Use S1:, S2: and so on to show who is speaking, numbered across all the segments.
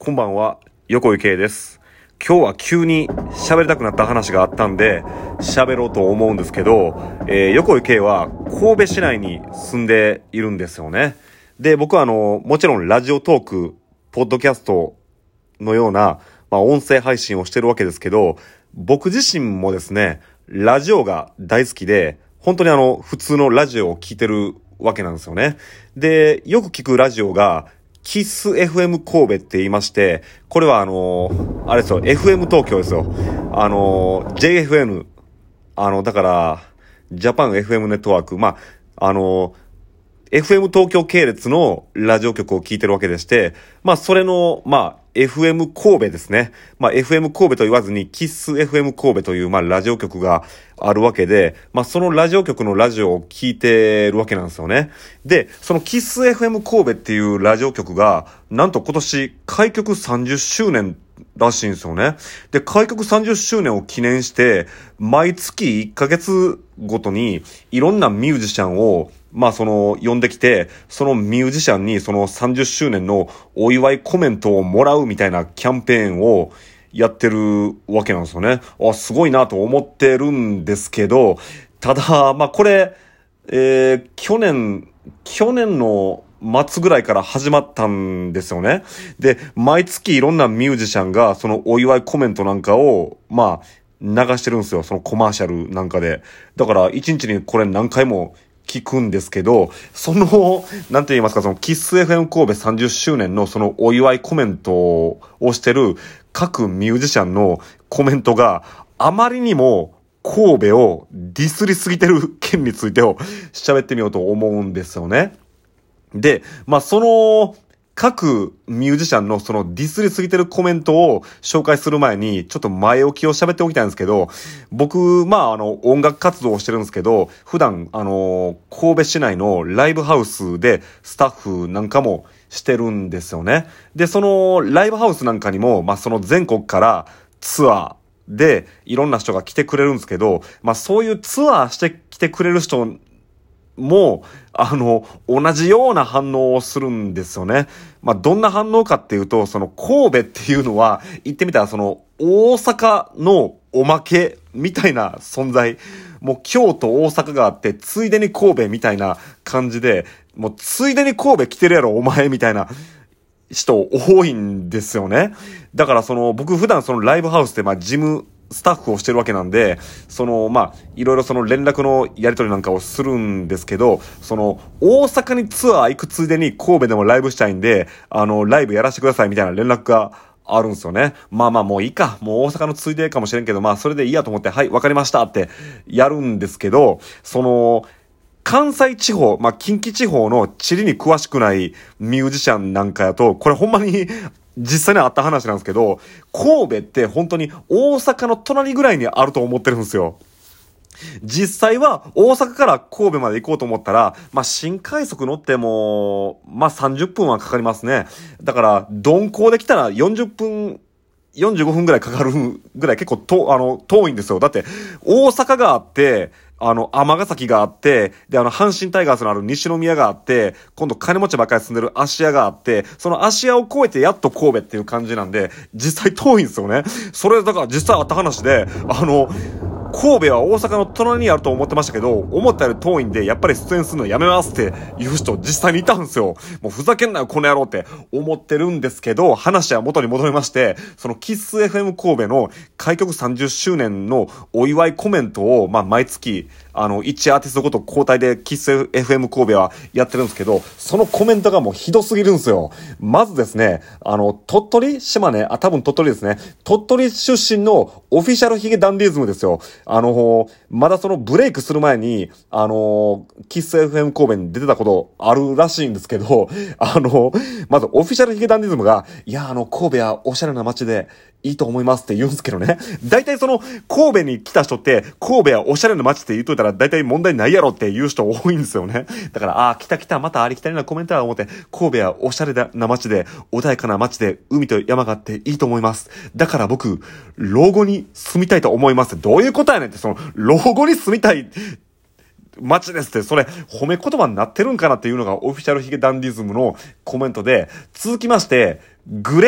S1: こんばんは、横井圭です。今日は急に喋りたくなった話があったんで喋ろうと思うんですけど、横井圭は神戸市内に住んでいるんですよね。で、僕はもちろんラジオトーク、ポッドキャストのような、音声配信をしてるわけですけど、僕自身もですね、ラジオが大好きで、本当に普通のラジオを聞いてるわけなんですよね。で、よく聞くラジオが、キス FM 神戸って言いまして、これはあれですよ、FM 東京ですよ。JFN、だから、ジャパン FM ネットワーク、FM 東京系列のラジオ局を聞いてるわけでして、それの、FM 神戸ですね。FM 神戸と言わずに、キス FM 神戸という、ラジオ局があるわけで、そのラジオ局のラジオを聞いてるわけなんですよね。で、そのキス FM 神戸っていうラジオ局が、なんと今年、開局30周年らしいんですよね。で、開局30周年を記念して、毎月1ヶ月ごとに、いろんなミュージシャンを、呼んできて、そのミュージシャンにその30周年のお祝いコメントをもらうみたいなキャンペーンをやってるわけなんですよね。すごいなと思ってるんですけど、ただ、これ、去年の末ぐらいから始まったんですよね。で、毎月いろんなミュージシャンがそのお祝いコメントなんかを、流してるんですよ。そのコマーシャルなんかで。だから、1日にこれ何回も聞くんですけど、なんて言いますか、そのキス FM 神戸30周年のそのお祝いコメントをしてる各ミュージシャンのコメントがあまりにも神戸をディスりすぎてる件についてを喋ってみようと思うんですよね。で、各ミュージシャンのそのディスりすぎてるコメントを紹介する前に、ちょっと前置きを喋っておきたいんですけど、僕、音楽活動をしてるんですけど、普段、神戸市内のライブハウスでスタッフなんかもしてるんですよね。で、そのライブハウスなんかにも、その全国からツアーでいろんな人が来てくれるんですけど、そういうツアーしてきてくれる人も同じような反応をするんですよね。どんな反応かっていうと、その神戸っていうのは、言ってみたらその大阪のおまけみたいな存在。もう京都大阪があって、ついでに神戸みたいな感じで、もうついでに神戸来てるやろお前みたいな人多いんですよね。だから僕普段そのライブハウスで事務スタッフをしてるわけなんで、いろいろその連絡のやり取りなんかをするんですけど、大阪にツアー行くついでに神戸でもライブしたいんで、ライブやらせてくださいみたいな連絡があるんですよね。もういいか。もう大阪のついでかもしれんけど、それでいいやと思って、はい、わかりましたってやるんですけど、関西地方、近畿地方の地理に詳しくないミュージシャンなんかやと、これほんまに実際にあった話なんですけど、神戸って本当に大阪の隣ぐらいにあると思ってるんですよ。実際は大阪から神戸まで行こうと思ったら、新快速乗っても、30分はかかりますね。だから、鈍行で来たら40分、45分ぐらいかかるぐらい結構遠いんですよ。だって、大阪があって、尼崎があって、で、阪神タイガースのある西宮があって、今度金持ちばっかり住んでる芦屋があって、その芦屋を越えてやっと神戸っていう感じなんで、実際遠いんですよね。それ、だから実際あった話で、神戸は大阪の隣にあると思ってましたけど、思ったより遠いんで、やっぱり出演するのやめますって言う人実際にいたんですよ。もうふざけんなよ、この野郎って思ってるんですけど、話は元に戻りまして、そのキス FM 神戸の開局30周年のお祝いコメントを、毎月、1アーティストごと交代でキス FM 神戸はやってるんですけど、そのコメントがもうひどすぎるんですよ。まずですね、鳥取島根、多分鳥取ですね。鳥取出身のオフィシャルヒゲダンディズムですよ。まだそのブレイクする前に、キス FM 神戸に出てたことあるらしいんですけど、まずオフィシャルヒゲダンディズムが、いや、神戸はおしゃれな街でいいと思いますって言うんですけどね。大体神戸に来た人って、神戸はおしゃれな街って言っといたら大体問題ないやろって言う人多いんですよね。だから、来た、またありきたりなコメントは思って、神戸はおしゃれな街で、穏やかな街で、海と山があっていいと思います。だから僕、老後に住みたいと思いますって、どういうことやねんって、老後に住みたい、街ですって、それ、褒め言葉になってるんかなっていうのがオフィシャルヒゲダンディズムのコメントで、続きまして、グレ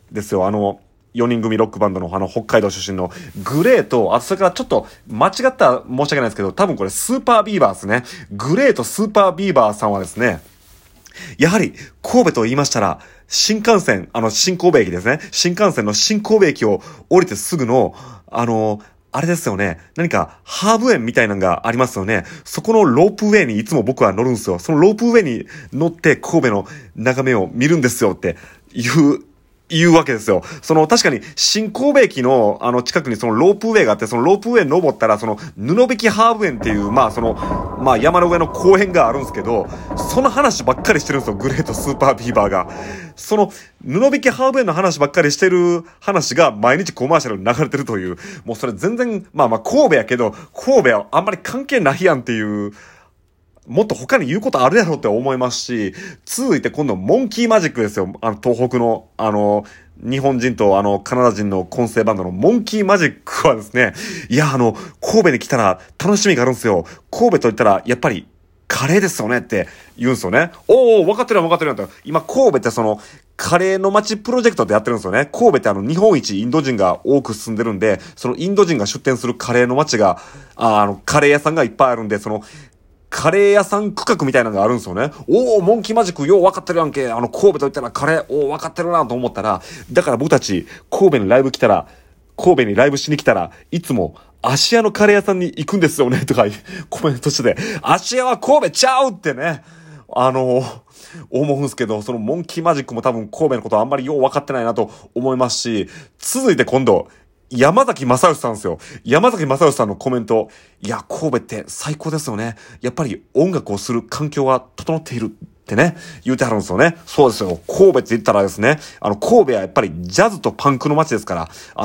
S1: ですよ。4人組ロックバンドの北海道出身のグレーと、あとそれからちょっと間違ったら申し訳ないですけど、多分これスーパービーバーですね。グレーとスーパービーバーさんはですね、やはり神戸と言いましたら、新幹線、新神戸駅ですね。新幹線の新神戸駅を降りてすぐの、あれですよね。何かハーブ園みたいなのがありますよね。そこのロープウェイにいつも僕は乗るんですよ。そのロープウェイに乗って神戸の眺めを見るんですよって言うわけですよ。確かに、新神戸駅の、近くにそのロープウェイがあって、そのロープウェイに登ったら、布引ハーブ園っていう、山の上の公園があるんですけど、その話ばっかりしてるんですよ、グレートスーパービーバーが。布引ハーブ園の話ばっかりしてる話が、毎日コマーシャルに流れてるという、もうそれ全然、神戸やけど、神戸はあんまり関係ないやんっていう、もっと他に言うことあるやろって思いますし、続いて今度モンキーマジックですよ。東北の、日本人とカナダ人の混成バンドのモンキーマジックはですね、いや、神戸に来たら楽しみがあるんですよ。神戸と言ったら、やっぱり、カレーですよねって言うんですよね。おー、分かってるって。今、神戸ってカレーの街プロジェクトでやってるんですよね。神戸って日本一インド人が多く住んでるんで、そのインド人が出店するカレーの街が、カレー屋さんがいっぱいあるんで、カレー屋さん区画みたいなのがあるんですよね。おー、モンキーマジックよう分かってるやんけ。神戸と言ったらカレー、おー、分かってるなと思ったら、だから僕たち、神戸にライブしに来たら、いつも、芦屋のカレー屋さんに行くんですよね、とか、コメントしてて、芦屋は神戸ちゃうってね、思うんですけど、そのモンキーマジックも多分神戸のことはあんまりよう分かってないなと思いますし、続いて今度、山崎正義さんですよ。山崎正義さんのコメント。いや、神戸って最高ですよね。やっぱり音楽をする環境は整っているってね、言うてはるんですよね。そうですよ。神戸って言ったらですね、神戸はやっぱりジャズとパンクの街ですから、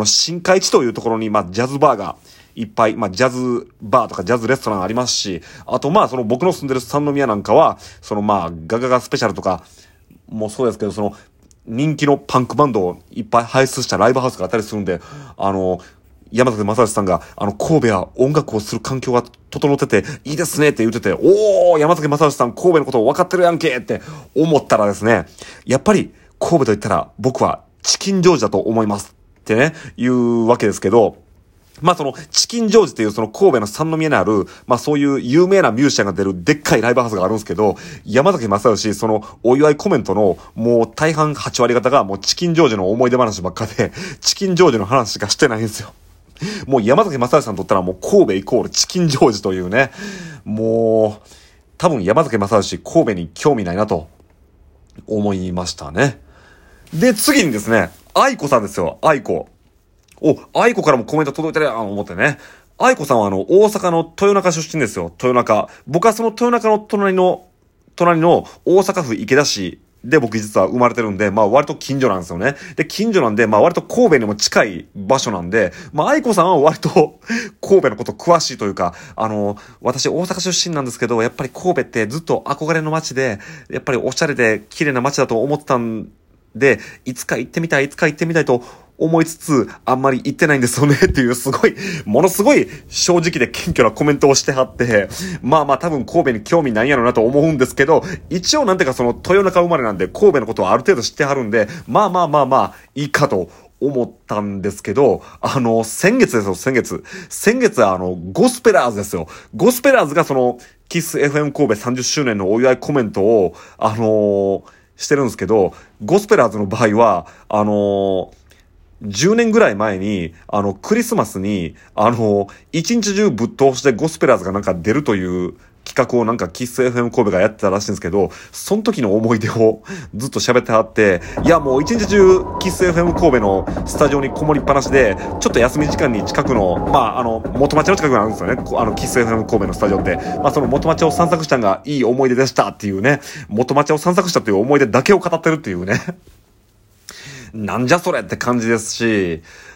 S1: 新海地というところに、ジャズバーがいっぱい、ジャズバーとかジャズレストランありますし、あと僕の住んでる三宮なんかは、ガガガスペシャルとかもそうですけど、人気のパンクバンドをいっぱい輩出したライブハウスがあったりするんで、山崎正義さんが、神戸は音楽をする環境が整ってて、いいですねって言ってて、おー、山崎正義さん、神戸のことを分かってるやんけって思ったらですね、やっぱり、神戸と言ったら、僕はチキンジョージだと思いますってね、言うわけですけど、チキンジョージっていう神戸の三宮にある、そういう有名なミュージシャンが出るでっかいライブハウスがあるんですけど、山崎正義、お祝いコメントの、もう大半8割方がもうチキンジョージの思い出話ばっかで、チキンジョージの話しかしてないんですよ。もう山崎正義さんにとったらもう神戸イコールチキンジョージというね、もう、多分山崎正義神戸に興味ないなと思いましたね。で、次にですね、愛子さんですよ、愛子。愛子からもコメント届いてるやん、思ってね。愛子さんは大阪の豊中出身ですよ、豊中。僕はその豊中の隣の大阪府池田市で僕実は生まれてるんで、割と近所なんですよね。で、近所なんで、割と神戸にも近い場所なんで、愛子さんは割と神戸のこと詳しいというか、私大阪出身なんですけど、やっぱり神戸ってずっと憧れの街で、やっぱりおしゃれで綺麗な街だと思ってたんで、いつか行ってみたいと思いつつ、あんまり行ってないんですよねっていうものすごい正直で謙虚なコメントをしてはって、多分神戸に興味ないんやろうなと思うんですけど、一応豊中生まれなんで神戸のことはある程度知ってはるんで、いいかと思ったんですけど、先月ですよ、先月はゴスペラーズですよ。ゴスペラーズがキス FM 神戸30周年のお祝いコメントを、してるんですけど、ゴスペラーズの場合は、10年ぐらい前に、クリスマスに、一日中ぶっ通してゴスペラーズがなんか出るという企画をキス FM 神戸がやってたらしいんですけど、その時の思い出をずっと喋ってはって、いやもう一日中キス FM 神戸のスタジオにこもりっぱなしで、ちょっと休み時間に近くの、元町の近くにあるんですよね。キス FM 神戸のスタジオって。その元町を散策したのがいい思い出でしたっていうね、元町を散策したという思い出だけを語ってるっていうね。なんじゃそれって感じですし、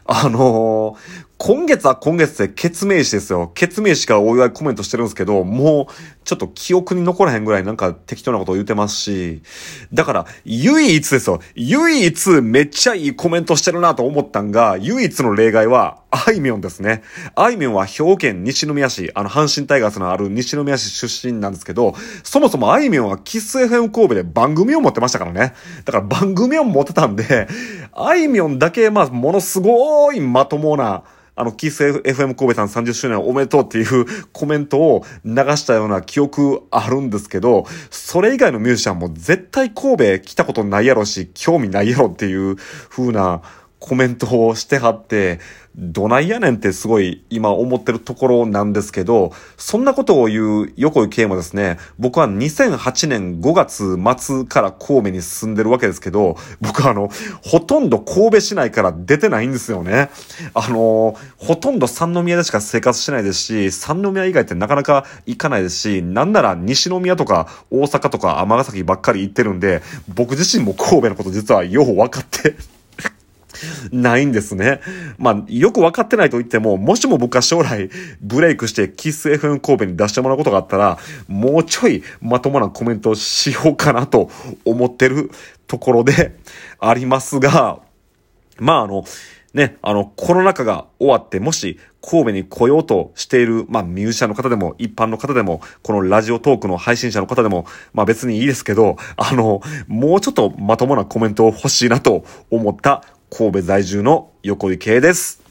S1: 今月は今月でケツメイシですよ。ケツメイシからお祝いコメントしてるんですけど、もう、ちょっと記憶に残らへんぐらいなんか適当なことを言ってますし、だから、唯一ですよ。唯一めっちゃいいコメントしてるなと思ったんが、唯一の例外は、あいみょんですね。あいみょんは兵庫県西宮市、阪神タイガースのある西宮市出身なんですけど、そもそもあいみょんはキス FM 神戸で番組を持ってましたからね。だから番組を持ってたんで、あいみょんだけ、ものすごいまともな、キス FM 神戸さん30周年おめでとうっていうコメントを流したような記憶あるんですけど、それ以外のミュージシャンも絶対神戸来たことないやろし、興味ないやろっていう風なコメントをしてはって、どないやねんってすごい今思ってるところなんですけど、そんなことを言う横井圭もですね、僕は2008年5月末から神戸に住んでるわけですけど、僕はほとんど神戸市内から出てないんですよね。ほとんど三宮でしか生活してないですし、三宮以外ってなかなか行かないですし、なんなら西宮とか大阪とか尼崎ばっかり行ってるんで、僕自身も神戸のこと実はよう分かってないんですね。よく分かってないと言っても、もしも僕が将来ブレイクしてキス FM 神戸に出してもらうことがあったら、もうちょいまともなコメントをしようかなと思ってるところでありますが、コロナ禍が終わって、もし神戸に来ようとしている、ミュージシャンの方でも、一般の方でも、このラジオトークの配信者の方でも、別にいいですけど、もうちょっとまともなコメントを欲しいなと思った神戸在住の横井圭です。